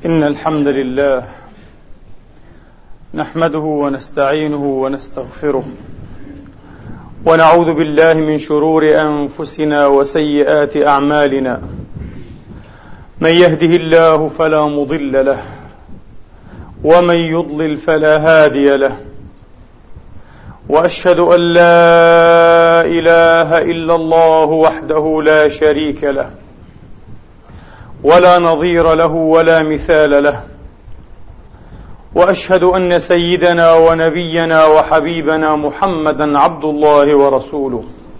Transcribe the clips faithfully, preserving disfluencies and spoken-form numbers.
إن الحمد لله نحمده ونستعينه ونستغفره ونعوذ بالله من شرور أنفسنا وسيئات أعمالنا. من يهده الله فلا مضل له ومن يضلل فلا هادي له، وأشهد أن لا إله إلا الله وحده لا شريك له ولا نظير له ولا مثال له، وأشهد أن سيدنا ونبينا وحبيبنا محمدا عبد الله ورسوله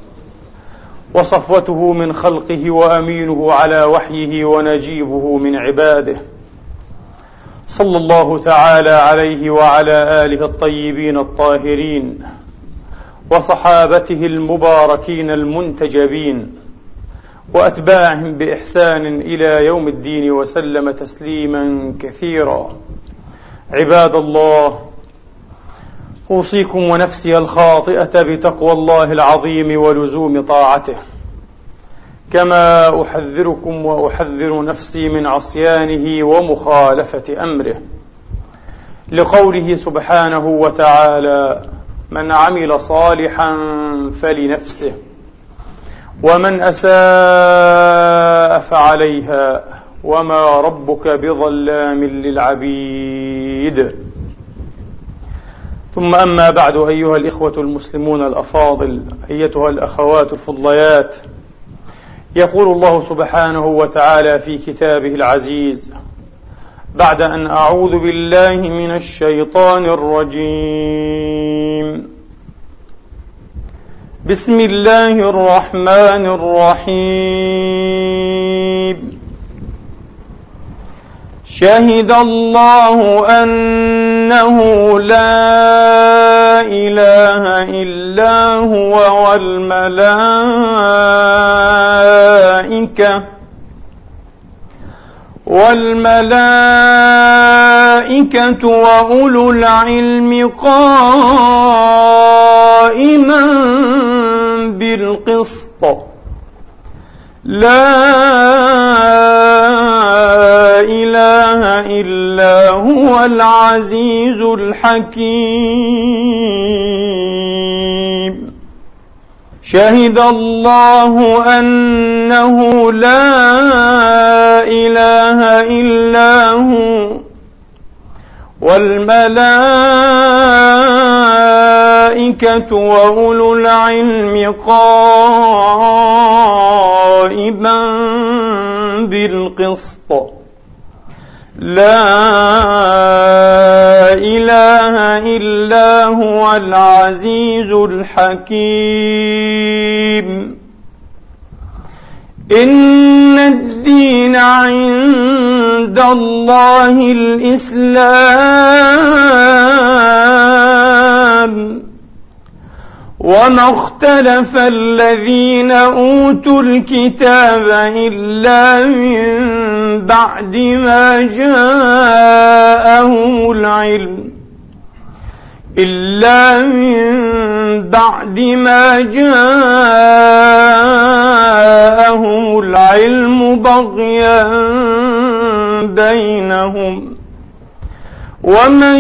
وصفوته من خلقه وأمينه على وحيه ونجيبه من عباده، صلى الله تعالى عليه وعلى آله الطيبين الطاهرين وصحابته المباركين المنتجبين وأتباعهم بإحسان إلى يوم الدين وسلم تسليما كثيرا. عباد الله، أوصيكم ونفسي الخاطئة بتقوى الله العظيم ولزوم طاعته، كما أحذركم وأحذر نفسي من عصيانه ومخالفة أمره، لقوله سبحانه وتعالى: من عمل صالحا فلنفسه ومن أساء فعليها وما ربك بظلام للعبيد. ثم أما بعد، أيها الإخوة المسلمون الأفاضل، أيتها الأخوات الفضليات، يقول الله سبحانه وتعالى في كتابه العزيز بعد أن أعوذ بالله من الشيطان الرجيم: بسم الله الرحمن الرحيم. شهد الله أنه لا إله إلا هو والملائكة والملائكة وأولو العلم قائما بالقسط، لا إله إلا هو العزيز الحكيم. شهد الله أنه لا إله إلا هو والملائكة وأولو العلم قائما بالقسط، لا إله إلا هو العزيز الحكيم. إن الدين عند الله الإسلام، وما اختلف الذين أوتوا الكتاب إلا من بعد ما جاءهم العلم إلا من بعد ما جاءهم العلم بغيا بينهم، ومن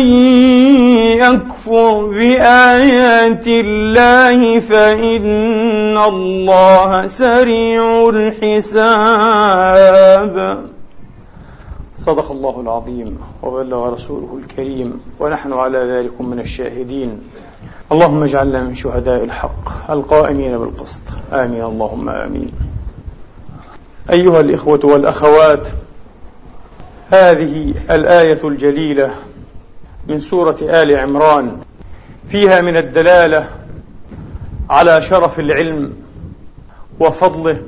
يكفر بآيات الله فإن الله سريع الحساب. صدق الله العظيم وبلغ رسوله الكريم، ونحن على ذلك من الشاهدين. اللهم اجعلنا من شهداء الحق القائمين بالقسط، آمين اللهم آمين. أيها الإخوة والأخوات، هذه الآية الجليلة من سورة آل عمران فيها من الدلالة على شرف العلم وفضله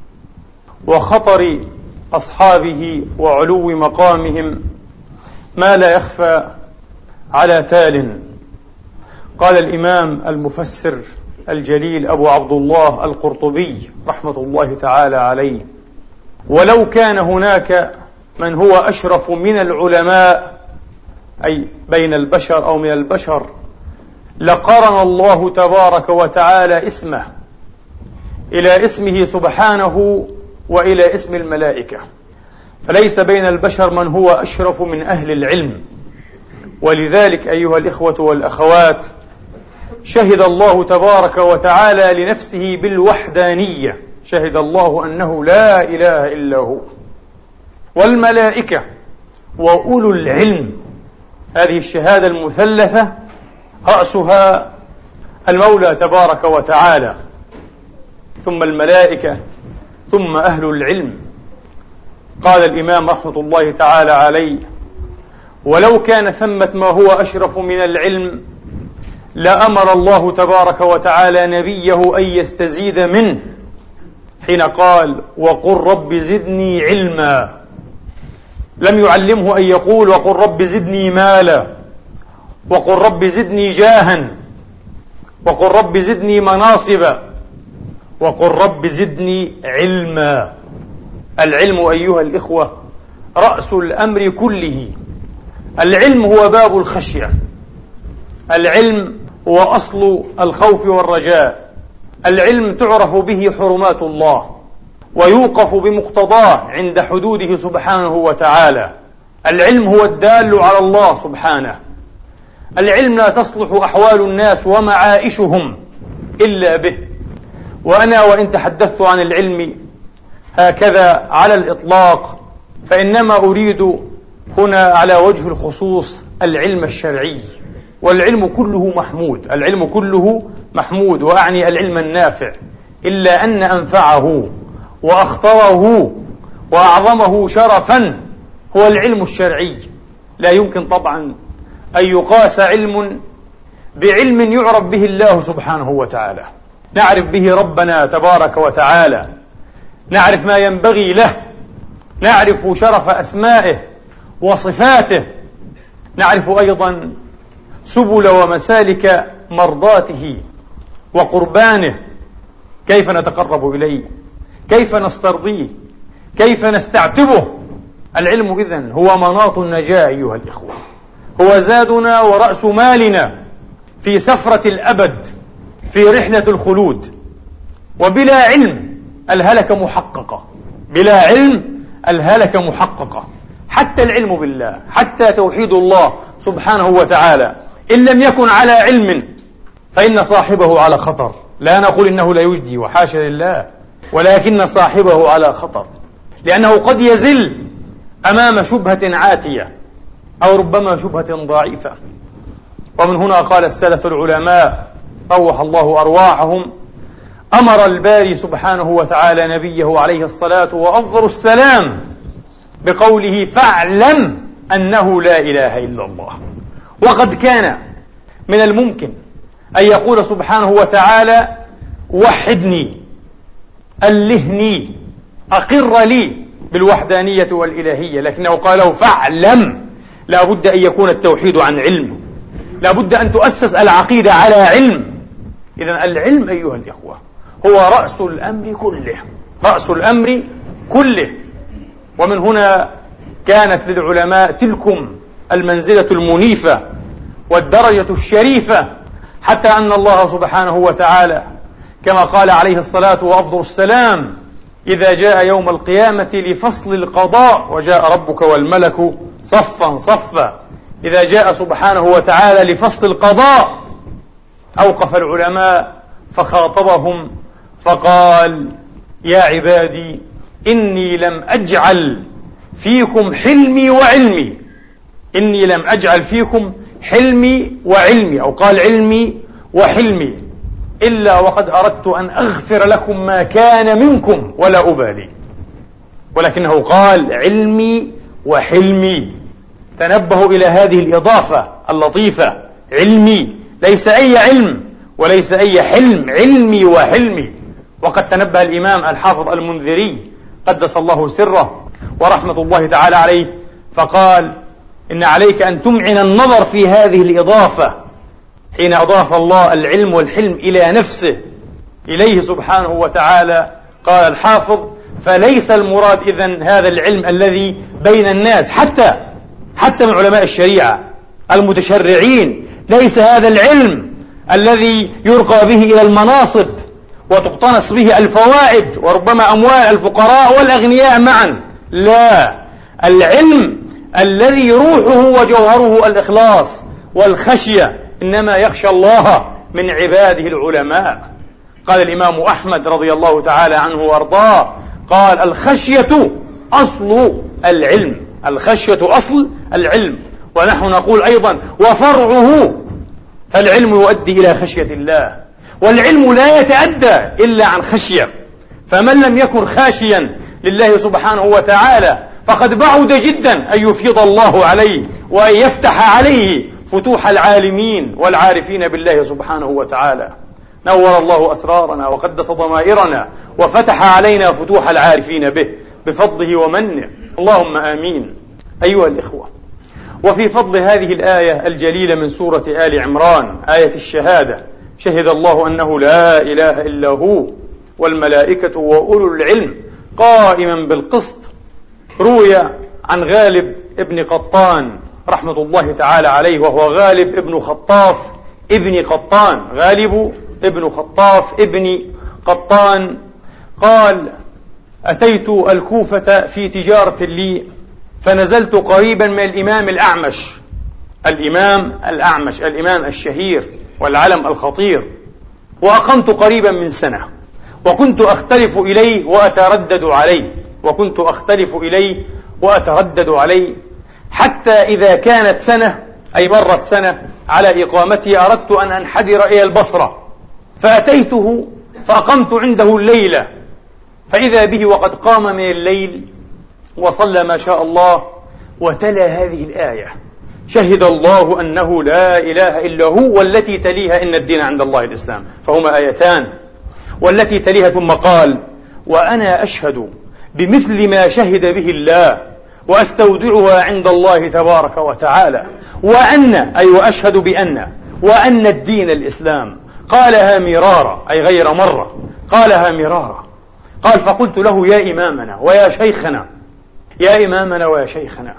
وخطر أصحابه وعلو مقامهم ما لا يخفى على تال. قال الإمام المفسر الجليل أبو عبد الله القرطبي رحمة الله تعالى عليه: ولو كان هناك من هو أشرف من العلماء، أي بين البشر أو من البشر، لقرن الله تبارك وتعالى اسمه إلى اسمه سبحانه وإلى اسم الملائكة، فليس بين البشر من هو أشرف من أهل العلم. ولذلك أيها الإخوة والأخوات، شهد الله تبارك وتعالى لنفسه بالوحدانية، شهد الله أنه لا إله إلا هو، والملائكة وأولو العلم. هذه الشهادة المثلثة رأسها المولى تبارك وتعالى، ثم الملائكة، ثم أهل العلم. قال الإمام رحمة الله تعالى عليه: ولو كان ثمة ما هو أشرف من العلم لأمر الله تبارك وتعالى نبيه أن يستزيد منه، حين قال: وقل رب زدني علما. لم يعلمه أن يقول: وقل رب زدني مالا، وقل رب زدني جاها، وقل رب زدني مناصبا، وقل رب زدني علما. العلم أيها الإخوة رأس الأمر كله. العلم هو باب الخشية، العلم هو أصل الخوف والرجاء، العلم تعرف به حرمات الله ويوقف بمقتضاه عند حدوده سبحانه وتعالى. العلم هو الدال على الله سبحانه. العلم لا تصلح أحوال الناس ومعائشهم إلا به. وأنا وإن تحدثت عن العلم هكذا على الإطلاق فإنما أريد هنا على وجه الخصوص العلم الشرعي، والعلم كله محمود، العلم كله محمود، وأعني العلم النافع، إلا أن أنفعه وأخطره وأعظمه شرفا هو العلم الشرعي. لا يمكن طبعا أن يقاس علم بعلم يعرف به الله سبحانه وتعالى، نعرف به ربنا تبارك وتعالى، نعرف ما ينبغي له، نعرف شرف أسمائه وصفاته، نعرف أيضا سبل ومسالك مرضاته وقربانه، كيف نتقرب إليه، كيف نسترضيه، كيف نستعتبه. العلم إذن هو مناط النجاة أيها الإخوة، هو زادنا ورأس مالنا في سفرة الأبد، في رحلة الخلود. وبلا علم الهلك محققة، بلا علم الهلك محققة. حتى العلم بالله، حتى توحيد الله سبحانه وتعالى إن لم يكن على علم فإن صاحبه على خطر. لا نقول إنه لا يجدي وحاشا لله، ولكن صاحبه على خطر، لأنه قد يزل أمام شبهة عاتية أو ربما شبهة ضعيفة. ومن هنا قال السلف العلماء روح الله أرواحهم: أمر الباري سبحانه وتعالى نبيه عليه الصلاة وأفضل السلام بقوله: فاعلم أنه لا إله إلا الله. وقد كان من الممكن أن يقول سبحانه وتعالى: وحدني، ألهني، أقر لي بالوحدانية والإلهية، لكنه قاله فاعلم. لا بد أن يكون التوحيد عن علم، لا بد أن تؤسس العقيدة على علم. إذن العلم أيها الإخوة هو رأس الأمر كله، رأس الأمر كله. ومن هنا كانت للعلماء تلكم المنزلة المنيفة والدرجة الشريفة، حتى أن الله سبحانه وتعالى كما قال عليه الصلاة وأفضل السلام: إذا جاء يوم القيامة لفصل القضاء وجاء ربك والملك صفا صفا. إذا جاء سبحانه وتعالى لفصل القضاء أوقف العلماء فخاطبهم فقال: يا عبادي إني لم أجعل فيكم حلمي وعلمي، إني لم أجعل فيكم حلمي وعلمي، أو قال علمي وحلمي، إلا وقد أردت أن أغفر لكم ما كان منكم ولا أبالي. ولكنه قال علمي وحلمي. تنبهوا إلى هذه الإضافة اللطيفة، علمي، ليس أي علم وليس أي حلم، علمي وحلمي. وقد تنبه الإمام الحافظ المنذري قدس الله سره ورحمة الله تعالى عليه فقال: إن عليك أن تمعن النظر في هذه الإضافة حين أضاف الله العلم والحلم إلى نفسه إليه سبحانه وتعالى. قال الحافظ: فليس المراد إذن هذا العلم الذي بين الناس، حتى حتى من علماء الشريعة المتشرعين، ليس هذا العلم الذي يرقى به إلى المناصب وتقتنص به الفوائد وربما أموال الفقراء والأغنياء معا. لا، العلم الذي روحه وجوهره الإخلاص والخشية، إنما يخشى الله من عباده العلماء. قال الإمام أحمد رضي الله تعالى عنه وأرضاه، قال: الخشية أصل العلم، الخشية أصل العلم. ونحن نقول أيضا: وفرعه، فالعلم يؤدي إلى خشية الله، والعلم لا يتأدى إلا عن خشية. فمن لم يكن خاشيا لله سبحانه وتعالى فقد بعد جدا أن يفيض الله عليه وأن يفتح عليه فتوح العالمين والعارفين بالله سبحانه وتعالى. نور الله أسرارنا وقدس ضمائرنا وفتح علينا فتوح العارفين به بفضله ومنه، اللهم آمين. أيها الإخوة، وفي فضل هذه الآية الجليلة من سورة آل عمران، آية الشهادة، شهد الله أنه لا إله إلا هو والملائكة وأولو العلم قائما بالقسط. روي عن غالب ابن قطان رحمة الله تعالى عليه، وهو غالب ابن خطاف ابن قطان، غالب ابن خطاف ابن قطان، قال: أتيت الكوفة في تجارة لي، فنزلت قريبا من الإمام الأعمش، الإمام الأعمش الإمام الشهير والعلم الخطير، وأقمت قريبا من سنة، وكنت أختلف إليه وأتردد عليه وكنت أختلف إليه وأتردد عليه حتى إذا كانت سنة، أي مرت سنة على إقامته، أردت أن أنحدر إلى البصرة، فأتيته فأقمت عنده الليلة، فإذا به وقد قام من الليل وصلى ما شاء الله، وتلا هذه الآية: شهد الله أنه لا إله إلا هو، والتي تليها: إن الدين عند الله الإسلام. فهما آيتان، والتي تليها ثم قال: وأنا أشهد بمثل ما شهد به الله وأستودعها عند الله تبارك وتعالى، وأن أي وأشهد بأن وأن الدين الإسلام. قالها مرارا، أي غير مرة، قالها مرارا. قال: فقلت له: يا إمامنا ويا شيخنا، يا إمامنا ويا شيخنا،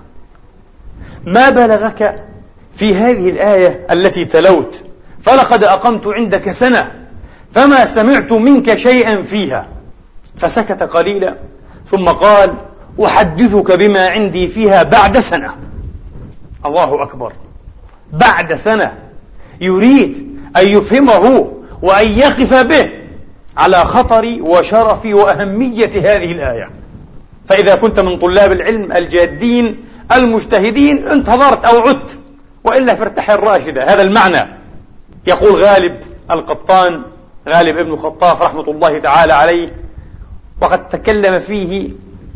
ما بلغك في هذه الآية التي تلوت؟ فلقد أقمت عندك سنة فما سمعت منك شيئا فيها. فسكت قليلا ثم قال: أحدثك بما عندي فيها بعد سنة. الله أكبر، بعد سنة، يريد أن يفهمه وأن يقف به على خطر وشرف وأهمية هذه الآية. فإذا كنت من طلاب العلم الجادين المجتهدين انتظرت أو عدت، وإلا فارتحل راشدة. هذا المعنى يقول غالب القطان، غالب ابن خطاف رحمة الله تعالى عليه، وقد تكلم فيه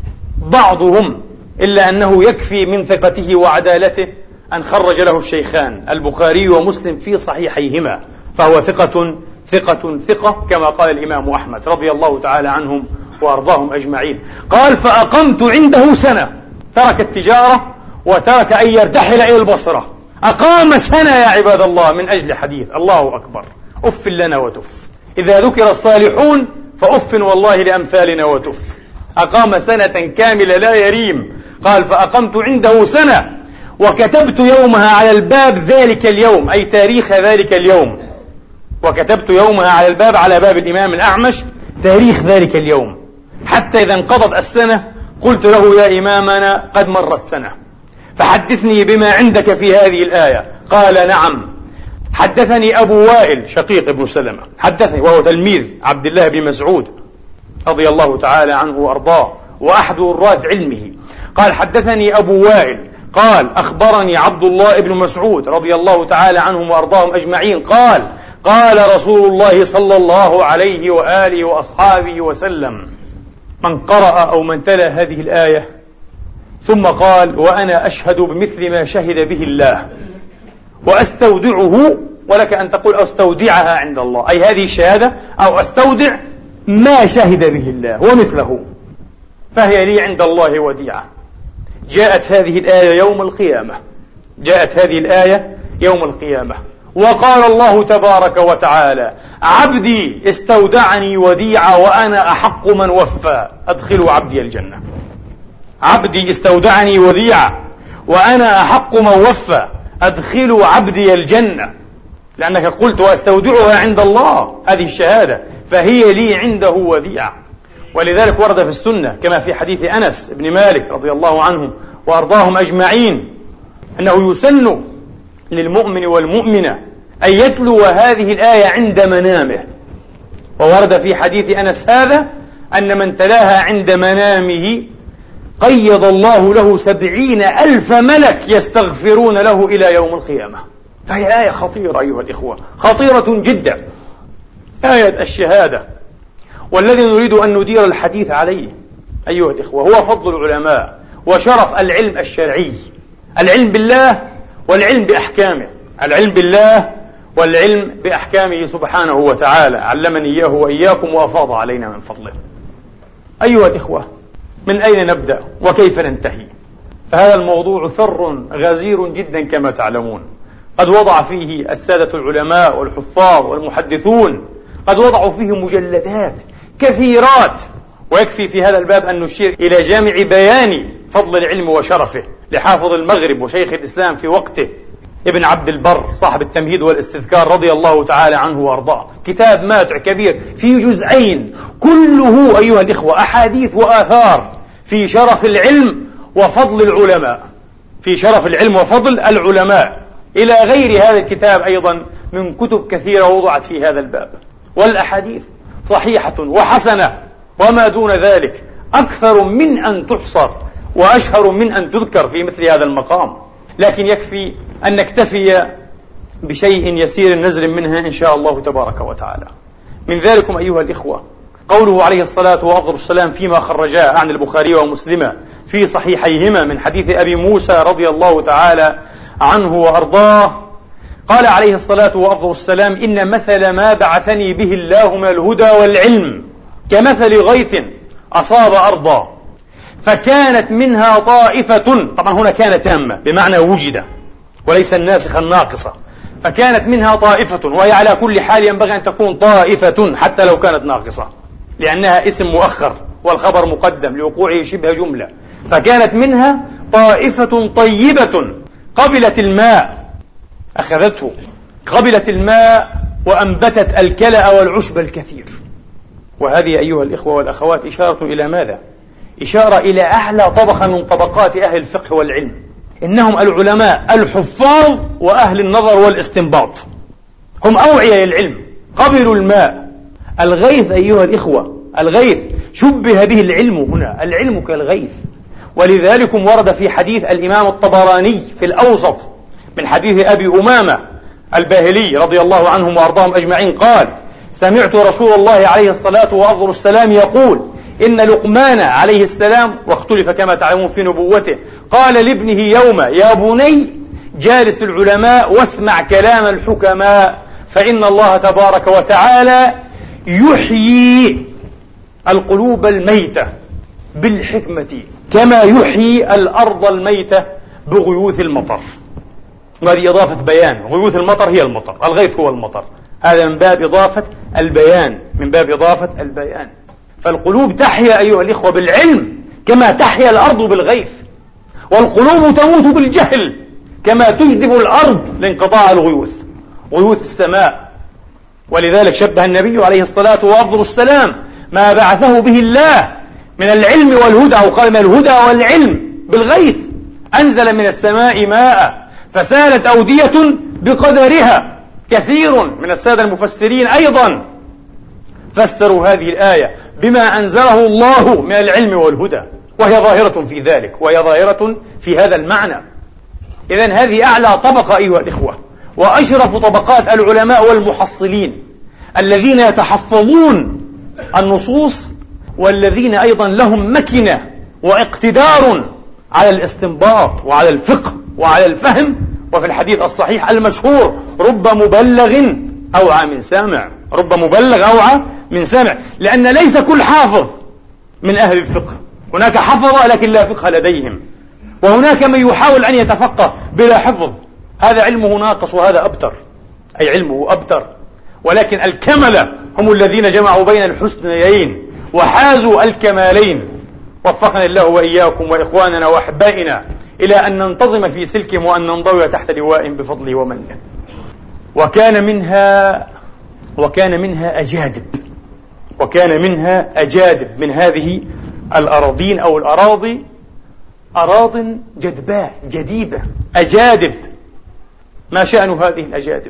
بعضهم، إلا أنه يكفي من ثقته وعدالته أن خرج له الشيخان البخاري ومسلم في صحيحيهما، فهو ثقة ثقة ثقة كما قال الإمام أحمد رضي الله تعالى عنهم وأرضاهم أجمعين. قال: فأقمت عنده سنة، ترك التجارة وترك أن يرتحل إلى البصرة، أقام سنة يا عباد الله من أجل حديث. الله أكبر، أف لنا وتف، إذا ذكر الصالحون فأف والله لأمثالنا وتف. أقام سنة كاملة لا يريم. قال: فأقمت عنده سنة وكتبت يومها على الباب ذلك اليوم، أي تاريخ ذلك اليوم، وكتبت يومها على الباب، على باب الإمام الأعمش، تاريخ ذلك اليوم، حتى إذا انقضت السنة قلت له: يا إمامنا قد مرت سنة، فحدثني بما عندك في هذه الآية. قال: نعم، حدثني أبو وائل شقيق ابن سلمة، حدثني، وهو تلميذ عبد الله بن مسعود رضي الله تعالى عنه وأرضاه وأحد وراث علمه. قال: حدثني أبو وائل قال: أخبرني عبد الله بن مسعود رضي الله تعالى عنهم وأرضاهم أجمعين قال: قال رسول الله صلى الله عليه وآله وأصحابه وسلم: من قرأ أو من تلا هذه الآية ثم قال: وأنا أشهد بمثل ما شهد به الله وأستودعه، ولك أن تقول أستودعها عند الله، أي هذه الشهادة، أو أستودع ما شهد به الله ومثله، فهي لي عند الله وديعة. جاءت هذه الآية يوم القيامة، جاءت هذه الآية يوم القيامة، وقال الله تبارك وتعالى: عبدي استودعني وديعة وأنا أحق من وفى، أدخلوا عبدي الجنة. عبدي استودعني وديعة وأنا أحق من وفى، أدخلوا عبدي الجنة. لأنك قلت وأستودعها عند الله، هذه الشهادة، فهي لي عنده وديعة. ولذلك ورد في السنة كما في حديث أنس بن مالك رضي الله عنه وأرضاهم أجمعين أنه يسن للمؤمن والمؤمنة أن يتلو هذه الآية عند منامه، وورد في حديث أنس هذا أن من تلاها عند منامه قيض الله له سبعين ألف ملك يستغفرون له إلى يوم القيامة. فهي آية خطيرة أيها الإخوة، خطيرة جدا، آية الشهادة. والذي نريد أن ندير الحديث عليه أيها الإخوة هو فضل العلماء وشرف العلم الشرعي، العلم بالله والعلم بأحكامه، العلم بالله والعلم بأحكامه سبحانه وتعالى، علمني إياه وإياكم وأفاض علينا من فضله. أيها الإخوة، من أين نبدأ وكيف ننتهي؟ فهذا الموضوع ثر غزير جدا كما تعلمون، قد وضع فيه السادة العلماء والحفاظ والمحدثون، قد وضعوا فيه مجلدات كثيرات، ويكفي في هذا الباب أن نشير إلى جامع بيان فضل العلم وشرفه لحافظ المغرب وشيخ الإسلام في وقته ابن عبد البر صاحب التمهيد والاستذكار رضي الله تعالى عنه وأرضاه، كتاب ماتع كبير في جزئين كله أيها الإخوة أحاديث وآثار في شرف العلم وفضل العلماء، في شرف العلم وفضل العلماء، إلى غير هذا الكتاب أيضا من كتب كثيرة وضعت في هذا الباب. والأحاديث صحيحة وحسنة وما دون ذلك أكثر من أن تحصر وأشهر من أن تذكر في مثل هذا المقام، لكن يكفي أن نكتفي بشيء يسير نزل منها إن شاء الله تبارك وتعالى. من ذلكم أيها الإخوة قوله عليه الصلاة وأفضل السلام فيما خرجا عن البخاري ومسلم في صحيحيهما من حديث أبي موسى رضي الله تعالى عنه وأرضاه، قال عليه الصلاة وأفضل السلام: إن مثل ما بعثني به الله من الهدى والعلم كمثل غيث أصاب أرضا فكانت منها طائفة، طبعا هنا كان تامة بمعنى وجد وليس الناسخة الناقصة، فكانت منها طائفة، وهي على كل حال ينبغي أن تكون طائفة حتى لو كانت ناقصة لأنها اسم مؤخر والخبر مقدم لوقوعه شبه جملة. فكانت منها طائفة طيبة قبلت الماء، أخذته قبلت الماء وأنبتت الكلأ والعشب الكثير. وهذه أيها الإخوة والأخوات إشارة إلى ماذا؟ إشارة إلى أعلى طبقة من طبقات أهل الفقه والعلم، إنهم العلماء الحفاظ وأهل النظر والاستنباط، هم أوعية العلم، قبلوا الماء. الغيث أيها الإخوة، الغيث شبه به العلم هنا، العلم كالغيث. ولذلك ورد في حديث الإمام الطبراني في الأوسط من حديث أبي أمامة الباهلي رضي الله عنهم وأرضاهم أجمعين قال: سمعت رسول الله عليه الصلاة وأفضل السلام يقول: إن لقمان عليه السلام، واختلف كما تعلمون في نبوته، قال لابنه يوما: يا بني جالس العلماء واسمع كلام الحكماء، فإن الله تبارك وتعالى يحيي القلوب الميتة بالحكمة كما يحيي الأرض الميتة بغيوث المطر. وهذه إضافة بيان، غيوث المطر هي المطر، الغيث هو المطر، هذا من باب إضافة البيان، من باب إضافة البيان. فالقلوب تحيا أيها الإخوة بالعلم كما تحيا الأرض بالغيث، والقلوب تموت بالجهل كما تجذب الأرض لانقطاع الغيوث، غيوث السماء. ولذلك شبه النبي عليه الصلاة وأفضل السلام ما بعثه به الله من العلم والهدى، أو قال من الهدى والعلم بالغيث، أنزل من السماء ماء فسالت أودية بقدرها. كثير من السادة المفسرين أيضا فسروا هذه الآية بما أنزله الله من العلم والهدى، وهي ظاهرة في ذلك، وهي ظاهرة في هذا المعنى. إذن هذه أعلى طبقة أيها الإخوة، وأشرف طبقات العلماء والمحصلين الذين يتحفظون النصوص، والذين أيضا لهم مكنة واقتدار على الاستنباط وعلى الفقه وعلى الفهم. وفي الحديث الصحيح المشهور: رب مبلغ أوعى من سامع، رب مبلغ أوعى من سامع، لأن ليس كل حافظ من أهل الفقه، هناك حفظ لكن لا فقه لديهم، وهناك من يحاول أن يتفقه بلا حفظ، هذا علمه ناقص وهذا أبتر، أي علمه أبتر. ولكن الكملة هم الذين جمعوا بين الحسنيين وحازوا الكمالين. وفقنا الله وإياكم وإخواننا وأحبائنا إلى أن ننتظم في سلكهم وأن ننضوي تحت لواء بفضله ومنه. وكان منها وكان منها أجادب وكان منها أجادب من هذه الأراضين أو الأراضي أراض جدباء جديبة أجادب. ما شأن هذه الأجادب؟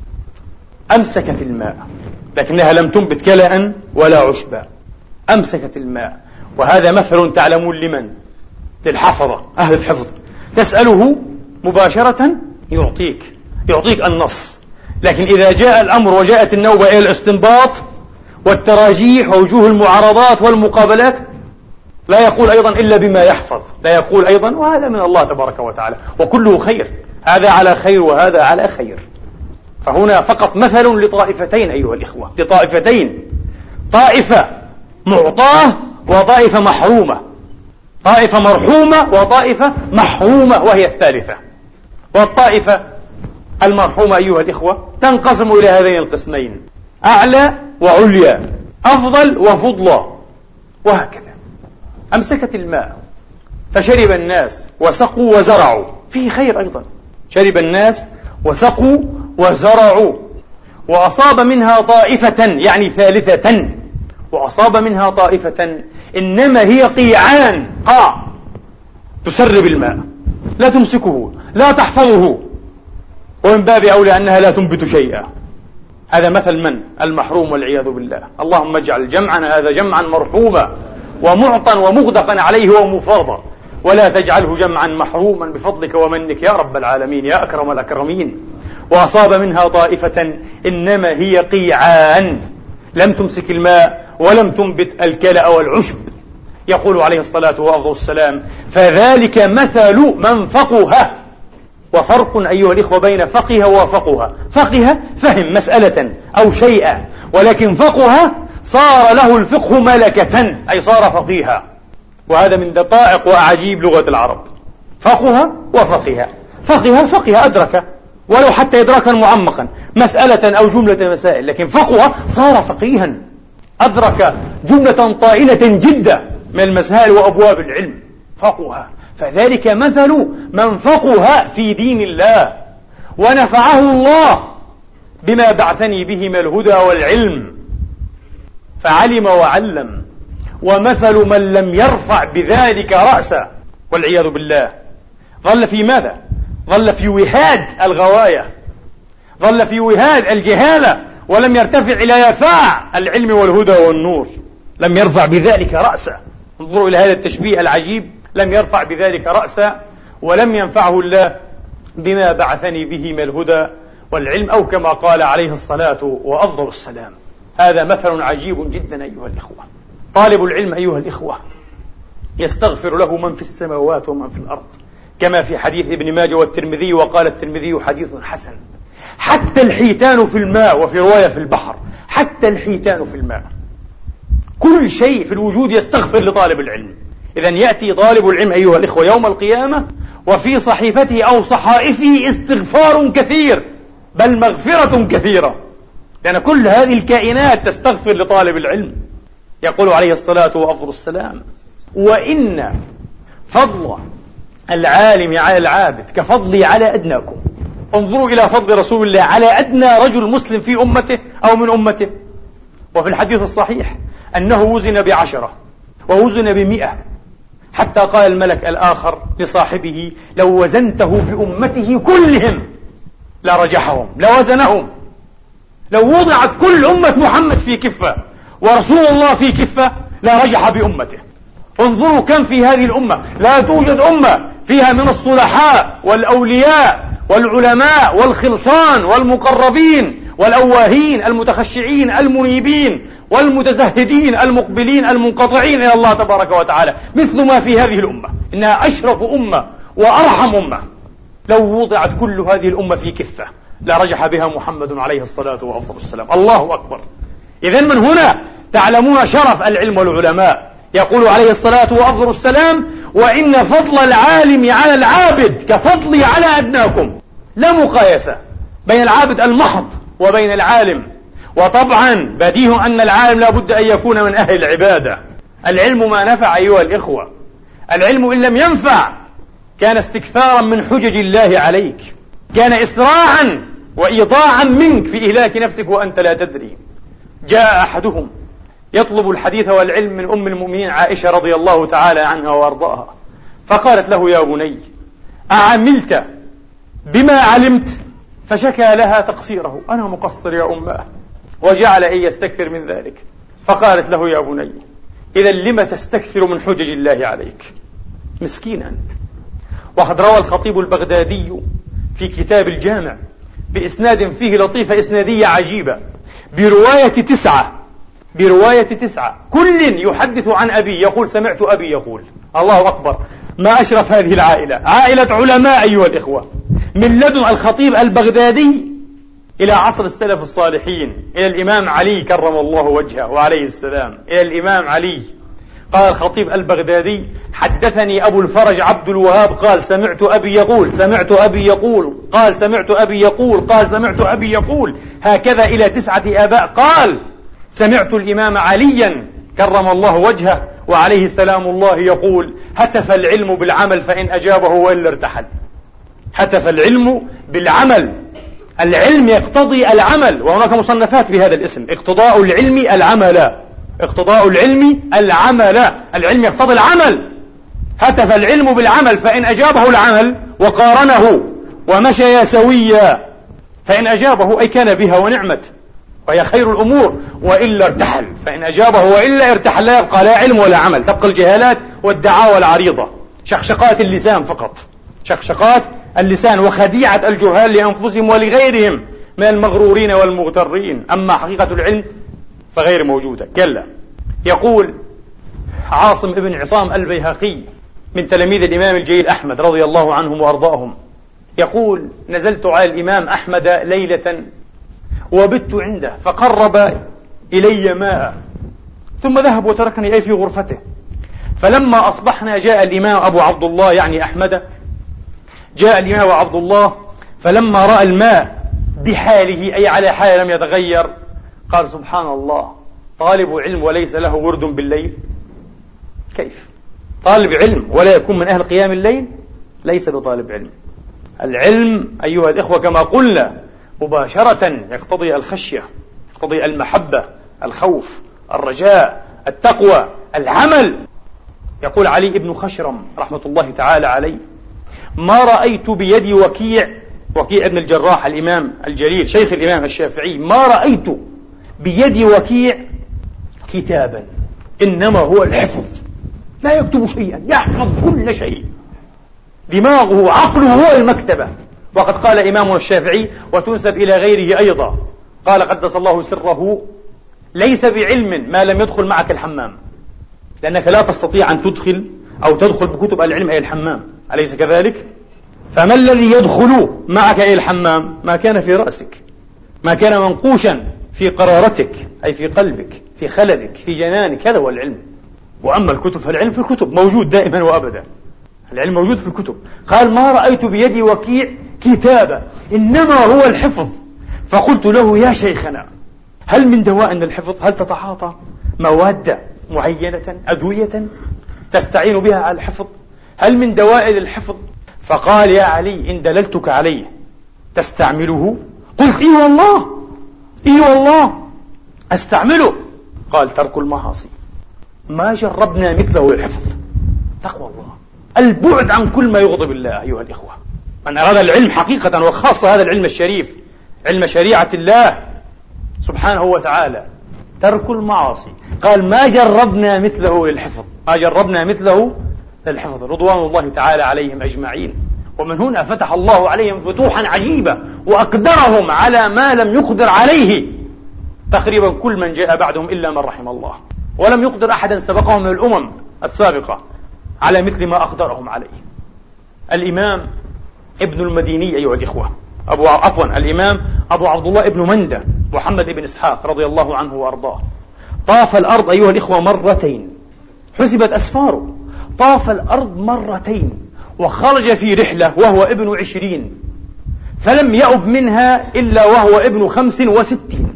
أمسكت الماء لكنها لم تنبت كلأ ولا عشبا، أمسكت الماء. وهذا مثل تعلمون لمن؟ للحفظة، أهل الحفظ، تسأله مباشرة يعطيك يعطيك النص. لكن إذا جاء الأمر وجاءت النوبة إلى الاستنباط والتراجيح ووجوه المعارضات والمقابلات لا يقول أيضا إلا بما يحفظ، لا يقول أيضا وهذا من الله تبارك وتعالى وكله خير، هذا على خير وهذا على خير. فهنا فقط مثل لطائفتين أيها الإخوة، لطائفتين، طائفة معطاة وطائفة محرومة، طائفة مرحومة وطائفة محرومة وهي الثالثة. والطائفة المرحومة أيها الإخوة تنقسم إلى هذين القسمين: أعلى وعليا، أفضل وفضلى، وهكذا. أمسكت الماء فشرب الناس وسقوا وزرعوا، فيه خير أيضا، شرب الناس وسقوا وزرعوا. وأصاب منها طائفة يعني ثالثة، وأصاب منها طائفة إنما هي قيعان، قاع تسرب الماء، لا تمسكه لا تحفظه، ومن باب أولى أنها لا تنبت شيئا. هذا مثل من؟ المحروم والعياذ بالله. اللهم اجعل جمعنا هذا جمعا مرحوما ومعطا ومغدقا عليه ومفاضا، ولا تجعله جمعا محروما بفضلك ومنك يا رب العالمين يا أكرم الأكرمين. وأصاب منها طائفة إنما هي قيعان، لم تمسك الماء ولم تنبت الكلأ والعشب. يقول عليه الصلاة والسلام: فذلك مثل من فقه. وفرق أيها الإخوة بين فقه وفقه. فقه فهم مسألة أو شيئا، ولكن فقه صار له الفقه ملكة، أي صار فقيها. وهذا من دقائق وأعاجيب لغة العرب. فقه وفقه. فقه فقه أدرك، ولو حتى إدراكا معمقا، مسألة أو جملة مسائل. لكن فقه صار فقيها، أدرك جملة طائلة جدا من المسائل وأبواب العلم. فقه. فذلك مثل من فقه في دين الله ونفعه الله بما بعثني به من الهدى والعلم، فعلم وعلم. ومثل من لم يرفع بذلك رأسا والعياذ بالله، ظل في ماذا؟ ظل في وهاد الغواية، ظل في وهاد الجهالة، ولم يرتفع إلى يفاع العلم والهدى والنور، لم يرفع بذلك رأسا. انظروا إلى هذا التشبيه العجيب، لم يرفع بذلك رأسا ولم ينفعه الله بما بعثني به من الهدى والعلم، أو كما قال عليه الصلاة وأفضل السلام. هذا مثل عجيب جدا أيها الإخوة. طالب العلم أيها الإخوة يستغفر له من في السماوات ومن في الأرض، كما في حديث ابن ماجه والترمذي، وقال الترمذي حديث حسن. حتى الحيتان في الماء، وفي رواية في البحر، حتى الحيتان في الماء. كل شيء في الوجود يستغفر لطالب العلم. إذن يأتي طالب العلم أيها الإخوة يوم القيامة وفي صحيفته أو صحائفه استغفار كثير، بل مغفرة كثيرة، لأن كل هذه الكائنات تستغفر لطالب العلم. يقول عليه الصلاة وأفضل السلام: وإن فضل العالم على العابد كفضلي على أدناكم. انظروا إلى فضل رسول الله على أدنى رجل مسلم في أمته أو من أمته. وفي الحديث الصحيح أنه وزن بعشرة ووزن بمئة، حتى قال الملك الآخر لصاحبه: لو وزنته بأمته كلهم لرجحهم، لوزنهم. لو وضعت كل أمة محمد في كفة ورسول الله في كفة لرجح بأمته. انظروا كم في هذه الأمة، لا توجد أمة فيها من الصلحاء والأولياء والعلماء والخلصان والمقربين والأواهين المتخشعين المنيبين والمتزهدين المقبلين المنقطعين إلى الله تبارك وتعالى مثل ما في هذه الأمة. إنها أشرف أمة وأرحم أمة. لو وضعت كل هذه الأمة في كفة لرجح بها محمد عليه الصلاة والسلام. الله أكبر. إذن من هنا تعلمون شرف العلم والعلماء. يقول عليه الصلاة والسلام: وإن فضل العالم على العابد كفضلي على أدناكم. لا مقايسة بين العابد المحض وبين العالم. وطبعا بديهي أن العالم لا بد أن يكون من أهل العبادة. العلم ما نفع أيها الإخوة. العلم إن لم ينفع كان استكثارا من حجج الله عليك، كان إسراعا وإيضاعا منك في إهلاك نفسك وأنت لا تدري. جاء أحدهم يطلب الحديث والعلم من أم المؤمنين عائشة رضي الله تعالى عنها وأرضاها، فقالت له: يا بني، أعملت بما علمت؟ فشكى لها تقصيره: أنا مقصر يا أماه، وجعل أن يستكثر من ذلك. فقالت له: يا بني، إذا لم تستكثر من حجج الله عليك؟ مسكين أنت. وقد روى الخطيب البغدادي في كتاب الجامع بإسناد فيه لطيفة إسنادية عجيبة، برواية تسعة برواية تسعة كل يحدث عن أبي يقول: سمعت أبي يقول. الله أكبر، ما أشرف هذه العائلة، عائلة علماء أيها الإخوة، من لدن الخطيب البغدادي إلى عصر السلف الصالحين، إلى الإمام علي كرم الله وجهه وعليه السلام، إلى الإمام علي. قال الخطيب البغدادي: حدثني أبو الفرج عبد الوهاب قال: سمعت أبي يقول سمعت أبي يقول قال سمعت أبي يقول قال سمعت أبي يقول هكذا إلى تسعة آباء. قال: سمعت الإمام عليا كرم الله وجهه وعليه سلام الله يقول: هتف العلم بالعمل فإن أجابه وإلا ارتحل. هتف العلم بالعمل، العلم يقتضي العمل، وهناك مصنفات بهذا الاسم: اقتضاء العلم العمل، اقتضاء العلم العمل، العلم يقتضي العمل. هتف العلم بالعمل فإن أجابه العمل وقارنه ومشي سويا، فإن أجابه أي كان بها ونعمت وهي خير الأمور، وإلا ارتحل. فإن أجابه وإلا ارتحل، لا يبقى لا علم ولا عمل، تبقى الجهالات والدعاوى العريضة، شخشقات اللسان فقط، شخشقات اللسان وخديعة الجهال لأنفسهم ولغيرهم من المغرورين والمغترين. أما حقيقة العلم فغير موجودة كلا. يقول عاصم ابن عصام البيهقي من تلاميذ الإمام الجليل أحمد رضي الله عنهم وأرضاهم، يقول: نزلت على الإمام أحمد ليلة وبت عنده، فقرب إلي ماء ثم ذهب وتركني أي في غرفته. فلما أصبحنا جاء الإمام أبو عبد الله يعني أحمد، جاء الإمام أبو عبد الله فلما رأى الماء بحاله أي على حال لم يتغير قال: سبحان الله، طالب علم وليس له ورد بالليل؟ كيف طالب علم ولا يكون من أهل قيام الليل؟ ليس بطالب علم. العلم أيها الإخوة كما قلنا مباشرة يقتضي الخشية، يقتضي المحبة، الخوف، الرجاء، التقوى، العمل. يقول علي بن خشرم رحمة الله تعالى عليه: ما رأيت بيد وكيع وكيع ابن الجراح الإمام الجليل شيخ الإمام الشافعي، ما رأيت بيد وكيع كتابا إنما هو الحفظ، لا يكتب شيئا، يحفظ كل شيء، دماغه عقله هو المكتبة. وقد قال إمامنا الشافعي وتنسب إلى غيره أيضا، قال قدس الله سره: ليس بعلم ما لم يدخل معك الحمام، لأنك لا تستطيع أن تدخل أو تدخل بكتب العلم إلى الحمام، أليس كذلك؟ فما الذي يدخل معك إلى الحمام؟ ما كان في رأسك، ما كان منقوشا في قرارتك أي في قلبك، في خلدك، في جنانك، هذا هو العلم. وأما الكتب فالعلم في الكتب موجود دائما وأبدا، العلم موجود في الكتب. قال: ما رأيت بيدي وكيع كتابا إنما هو الحفظ. فقلت له: يا شيخنا، هل من دواء الحفظ؟ هل تتعاطى مواد معينة، أدوية تستعين بها على الحفظ؟ هل من دواء للحفظ؟ فقال: يا علي، إن دللتك عليه تستعمله؟ قلت: إي والله إي والله أستعمله. قال: ترك المعاصي، ما جربنا مثله الحفظ، تقوى الله، البعد عن كل ما يغضب الله. أيها الإخوة، من أراد العلم حقيقة وخاصة هذا العلم الشريف، علم شريعة الله سبحانه وتعالى، ترك المعاصي. قال: ما جربنا مثله للحفظ، ما جربنا مثله للحفظ، رضوان الله تعالى عليهم أجمعين. ومن هنا فتح الله عليهم فتوحا عجيبة، وأقدرهم على ما لم يقدر عليه تقريبا كل من جاء بعدهم إلا من رحم الله، ولم يقدر أحدا سبقهم من الأمم السابقة على مثل ما أقدرهم عليه. الإمام ابن المديني أيها الإخوة، أبو عفوا الإمام أبو عبد الله ابن مندة محمد بن إسحاق رضي الله عنه وأرضاه، طاف الأرض أيها الإخوة مرتين، حسبت أسفاره، طاف الأرض مرتين، وخرج في رحلة وهو ابن عشرين، فلم يأب منها إلا وهو ابن خمس وستين،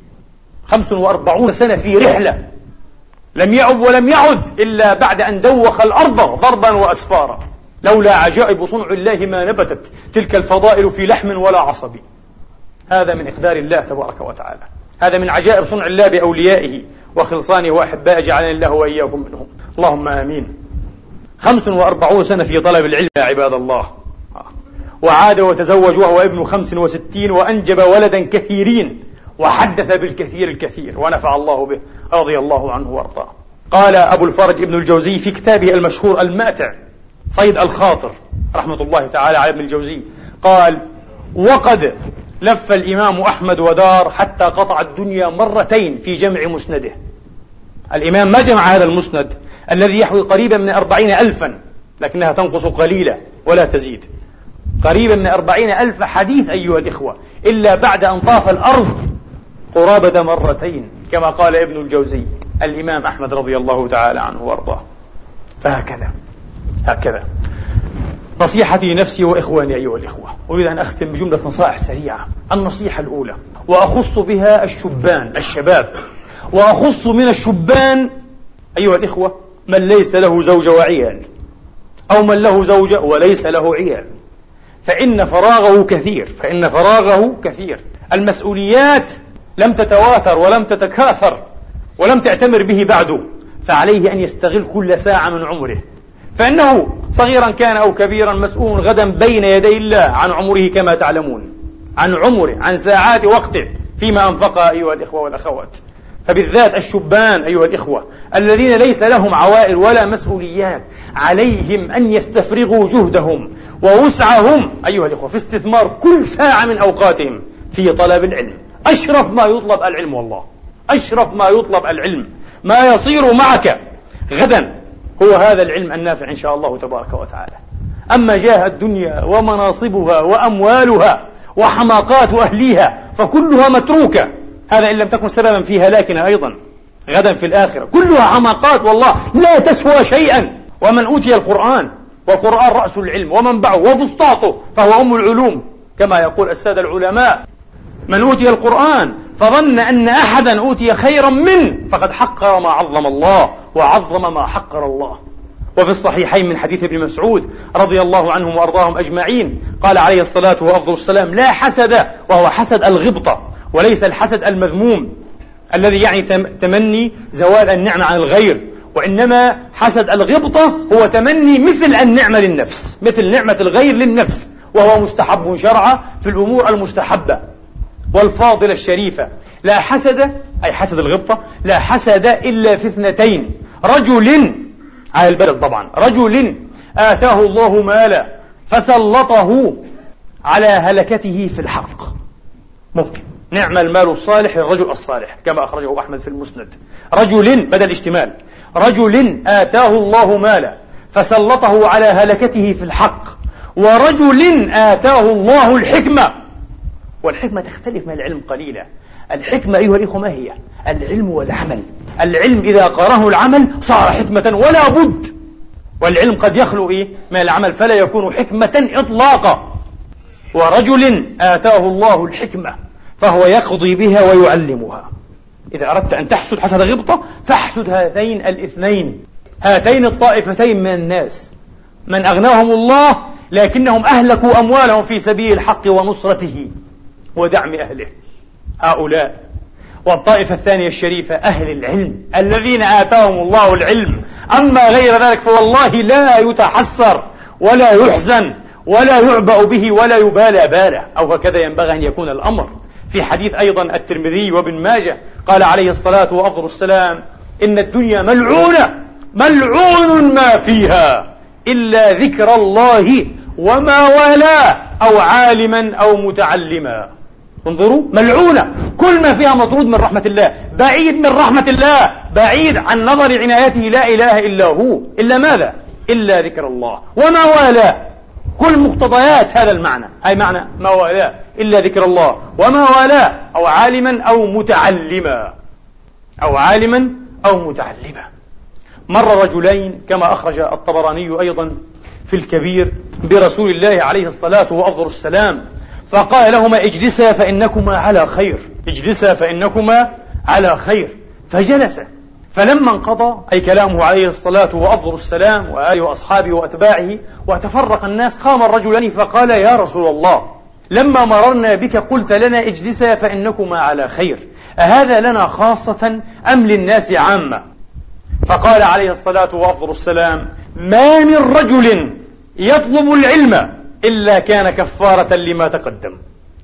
خمس وأربعون سنة في رحلة، لم يأب ولم يعد إلا بعد أن دوخ الأرض ضربا وأسفارا. لولا عجائب صنع الله ما نبتت تلك الفضائل في لحم ولا عصب. هذا من إقدار الله تبارك وتعالى، هذا من عجائب صنع الله بأوليائه وخلصانه وأحبائه، جعلني الله وإياكم منهم، اللهم آمين. خمس وأربعون سنة في طلب العلم يا عباد الله، وعاد وتزوج وهو ابن خمس وستين، وأنجب ولدا كثيرين، وحدث بالكثير الكثير، ونفع الله به رضي الله عنه وارضاه. قال أبو الفرج ابن الجوزي في كتابه المشهور الماتع صيد الخاطر رحمة الله تعالى على ابن الجوزي، قال: وقد لف الإمام أحمد ودار حتى قطع الدنيا مرتين في جمع مسنده. الإمام ما جمع هذا المسند الذي يحوي قريبا من أربعين ألفا، لكنها تنقص قليلا ولا تزيد، قريبا من أربعين ألف حديث أيها الإخوة، إلا بعد أن طاف الأرض قرابة مرتين، كما قال ابن الجوزي الإمام أحمد رضي الله تعالى عنه وارضاه. فهكذا هكذا نصيحتي لنفسي وإخواني أيها الإخوة. أريد أن أختم بجملة نصائح سريعة. النصيحة الأولى، وأخص بها الشبان الشباب، وأخص من الشبان أيها الإخوة من ليس له زوجة وعيال، أو من له زوجة وليس له عيال، فإن فراغه كثير فإن فراغه كثير. المسؤوليات لم تتواتر ولم تتكاثر ولم تأتمر به بعد، فعليه أن يستغل كل ساعة من عمره، فإنه صغيرا كان أو كبيرا مسؤول غدا بين يدي الله عن عمره كما تعلمون، عن عمره، عن ساعات وقته فيما أنفقها أيها الإخوة والأخوات. فبالذات الشبان أيها الإخوة الذين ليس لهم عوائل ولا مسؤوليات، عليهم أن يستفرغوا جهدهم ووسعهم أيها الإخوة في استثمار كل ساعة من أوقاتهم في طلب العلم. أشرف ما يطلب العلم، والله أشرف ما يطلب العلم، ما يصير معك غدا هو هذا العلم النافع إن شاء الله تبارك وتعالى. أما جاه الدنيا ومناصبها وأموالها وحماقات أهليها فكلها متروكة، هذا إن لم تكن سببا في هلاكنا أيضا غدا في الآخرة، كلها حماقات والله لا تسوى شيئا. ومن أوتي القرآن، والقرآن رأس العلم ومنبعه وفسطاطه، فهو أم العلوم كما يقول السادة العلماء. من أوتي القرآن فظن أن أحدا أوتي خيرا منه فقد حقر ما عظم الله وعظم ما حقر الله. وفي الصحيحين من حديث ابن مسعود رضي الله عنهم وأرضاهم أجمعين قال عليه الصلاة والسلام: لا حسد، وهو حسد الغبطة وليس الحسد المذموم الذي يعني تمني زوال النعمة عن الغير، وإنما حسد الغبطة هو تمني مثل النعمة للنفس، مثل نعمة الغير للنفس، وهو مستحب شرعا في الأمور المستحبة والفاضلة الشريفة. لا حسد، أي حسد الغبطة، لا حسد إلا في اثنتين: رجل، على البلد طبعا، رجل آتاه الله مالا فسلطه على هلكته في الحق. ممكن نعم المال الصالح للرجل الصالح كما أخرجه أحمد في المسند. رجل بدل اشتمال، رجل آتاه الله مالا فسلطه على هلكته في الحق، ورجل آتاه الله الحكمة. والحكمة تختلف من العلم قليلا. الحكمة أيها الإخوة ما هي؟ العلم والعمل. العلم إذا قارنه العمل صار حكمة ولا بد، والعلم قد يخلو إيه؟ من العمل فلا يكون حكمة إطلاقا. ورجل آتاه الله الحكمة فهو يقضي بها ويعلمها. إذا أردت أن تحسد حسد غبطة فاحسد هذين الاثنين، هاتين الطائفتين من الناس، من أغناهم الله لكنهم أهلكوا أموالهم في سبيل الحق ونصرته ودعم أهله، هؤلاء. والطائفة الثانية الشريفة أهل العلم الذين آتاهم الله العلم. أما غير ذلك فوالله لا يتحسر ولا يحزن ولا يعبأ به ولا يبالى باله، أو هكذا ينبغي أن يكون الأمر. في حديث أيضا الترمذي وابن ماجه قال عليه الصلاة والسلام: إن الدنيا ملعونة ملعون ما فيها إلا ذكر الله وما والاه أو عالما أو متعلما. انظروا، ملعونة، كل ما فيها مطرود من رحمة الله، بعيد من رحمة الله، بعيد عن نظر عنايته، لا إله إلا هو، إلا ماذا؟ إلا ذكر الله وما والاه، كل مقتضيات هذا المعنى، أي معنى ما والاه إلا ذكر الله وما والاه أو عالما أو متعلما، أو عالما أو متعلما. مر رجلين كما أخرج الطبراني أيضا في الكبير برسول الله عليه الصلاة والسلام فقال لهما: اجلسا فإنكما على خير، اجلسا فإنكما على خير. فجلسا، فلما انقضى أي كلامه عليه الصلاة والسلام وآله وأصحابه وأتباعه وتفرق الناس، قام الرجلان فقال: يا رسول الله، لما مررنا بك قلت لنا اجلسا فإنكما على خير، أهذا لنا خاصة أم للناس عامة؟ فقال عليه الصلاة وأفضل السلام: ما من رجل يطلب العلم إلا كان كفارة لما تقدم.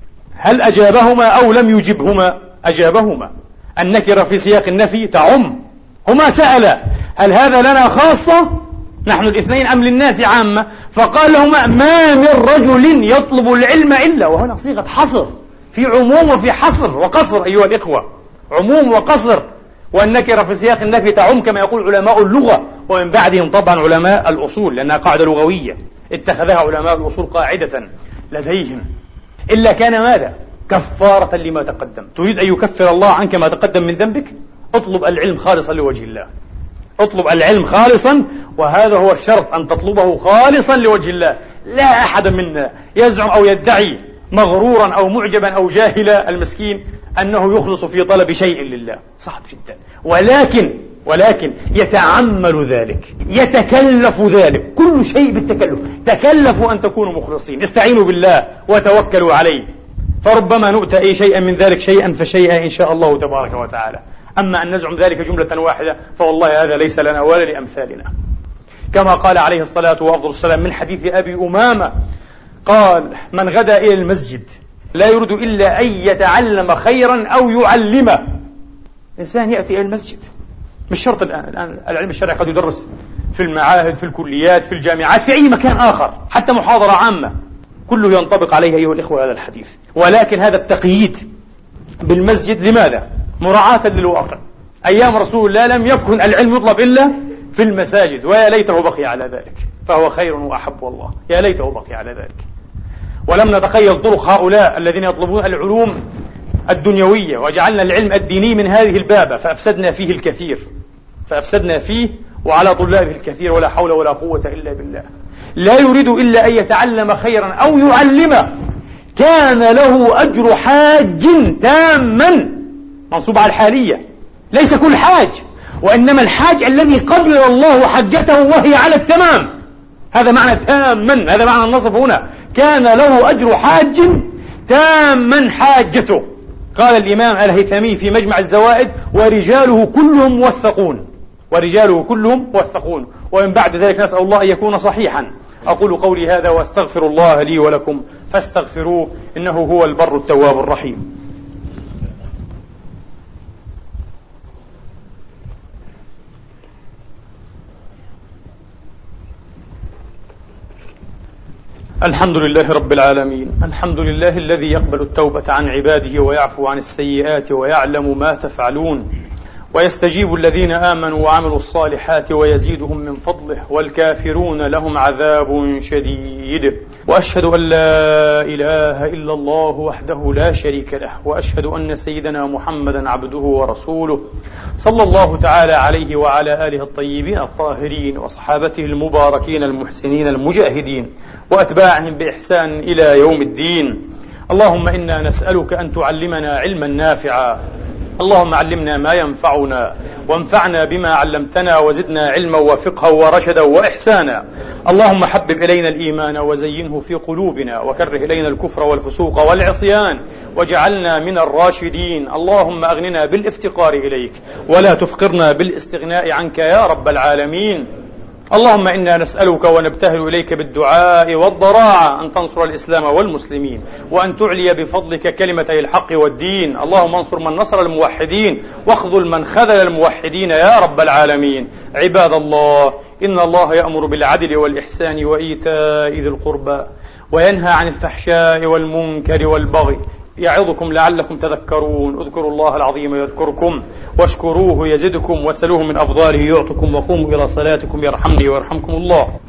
هل أجابهما أو لم يجبهما؟ أجابهما. النكرة في سياق النفي تعم. هما سأل: هل هذا لنا خاصة نحن الاثنين أم للناس عامة؟ فقال لهما: ما من رجل يطلب العلم إلا، وهنا صيغة حصر، في عموم وفي حصر وقصر أيها الإخوة، عموم وقصر. والنكرة في سياق النفي تعم كما يقول علماء اللغة، ومن بعدهم طبعا علماء الأصول، لأنها قاعدة لغوية اتخذها علماء الأصول قاعدة لديهم. إلا كان ماذا؟ كفارة لما تقدم. تريد أن يكفر الله عنك ما تقدم من ذنبك؟ اطلب العلم خالصا لوجه الله، اطلب العلم خالصا، وهذا هو الشرط، أن تطلبه خالصا لوجه الله. لا أحد منا يزعم أو يدعي مغرورا أو معجبا أو جاهلا المسكين أنه يخلص في طلب شيء لله، صعب جدا، ولكن ولكن يتعمل ذلك، يتكلف ذلك، كل شيء بالتكلف. تكلفوا أن تكونوا مخلصين، استعينوا بالله وتوكلوا عليه، فربما نؤتى أي شيء من ذلك شيئا فشيئا إن شاء الله تبارك وتعالى. أما أن نزعم ذلك جملة واحدة فوالله هذا ليس لنا ولا لأمثالنا. كما قال عليه الصلاة وأفضل السلام من حديث أبي أمامة قال: من غدا إلى المسجد لا يريد إلا أن يتعلم خيرا أو يعلمه. إنسان يأتي إلى المسجد، مش شرط الآن, الآن العلم الشرعي قد يدرس في المعاهد، في الكليات، في الجامعات، في أي مكان آخر، حتى محاضرة عامة، كله ينطبق عليه أيها الإخوة هذا الحديث. ولكن هذا التقييد بالمسجد لماذا؟ مراعاة للواقع. أيام رسول الله لم يكن العلم يطلب إلا في المساجد، ويا ليته بقي على ذلك، فهو خير وأحب والله، يا ليته بقي على ذلك. ولم نتخيل طرق هؤلاء الذين يطلبون العلوم الدنيوية، وجعلنا العلم الديني من هذه البابة، فأفسدنا فيه الكثير، فأفسدنا فيه وعلى طلابه الكثير، ولا حول ولا قوة إلا بالله. لا يريد إلا أن يتعلم خيرا أو يعلمه كان له أجر حاج تاما، منصوب على الحالية، ليس كل حاج، وإنما الحاج الذي قبل الله حجته وهي على التمام، هذا معنى تاما، هذا معنى النصب هنا، كان له أجر حاج تاما حاجته. قال الإمام الهيثمي في مجمع الزوائد: ورجاله كلهم موثقون، ورجاله كلهم موثقون. ومن بعد ذلك نسأل الله أن يكون صحيحا. أقول قولي هذا وأستغفر الله لي ولكم فاستغفروه إنه هو البر التواب الرحيم. الحمد لله رب العالمين، الحمد لله الذي يقبل التوبة عن عباده ويعفو عن السيئات ويعلم ما تفعلون، ويستجيب الذين آمنوا وعملوا الصالحات ويزيدهم من فضله، والكافرون لهم عذاب شديد. وأشهد أن لا إله إلا الله وحده لا شريك له، وأشهد أن سيدنا محمدا عبده ورسوله صلى الله تعالى عليه وعلى آله الطيبين الطاهرين وصحابته المباركين المحسنين المجاهدين وأتباعهم بإحسان إلى يوم الدين. اللهم إنا نسألك أن تعلمنا علما نافعا، اللهم علمنا ما ينفعنا وانفعنا بما علمتنا وزدنا علما وفقها ورشدا وإحسانا. اللهم حبب إلينا الإيمان وزينه في قلوبنا، وكره إلينا الكفر والفسوق والعصيان واجعلنا من الراشدين. اللهم أغننا بالافتقار إليك ولا تفقرنا بالاستغناء عنك يا رب العالمين. اللهم إنا نسألك ونبتهل إليك بالدعاء والضراعة أن تنصر الإسلام والمسلمين، وأن تعلي بفضلك كلمتي الحق والدين. اللهم انصر من نصر الموحدين واخذل من خذل الموحدين يا رب العالمين. عباد الله، إن الله يأمر بالعدل والإحسان وإيتاء ذي القربى وينهى عن الفحشاء والمنكر والبغي، يعظكم لعلكم تذكرون. اذكروا الله العظيم يذكركم، واشكروه يزدكم، واسألوه من أفضاله يعطكم، وقوموا إلى صلاتكم يرحمني ويرحمكم الله.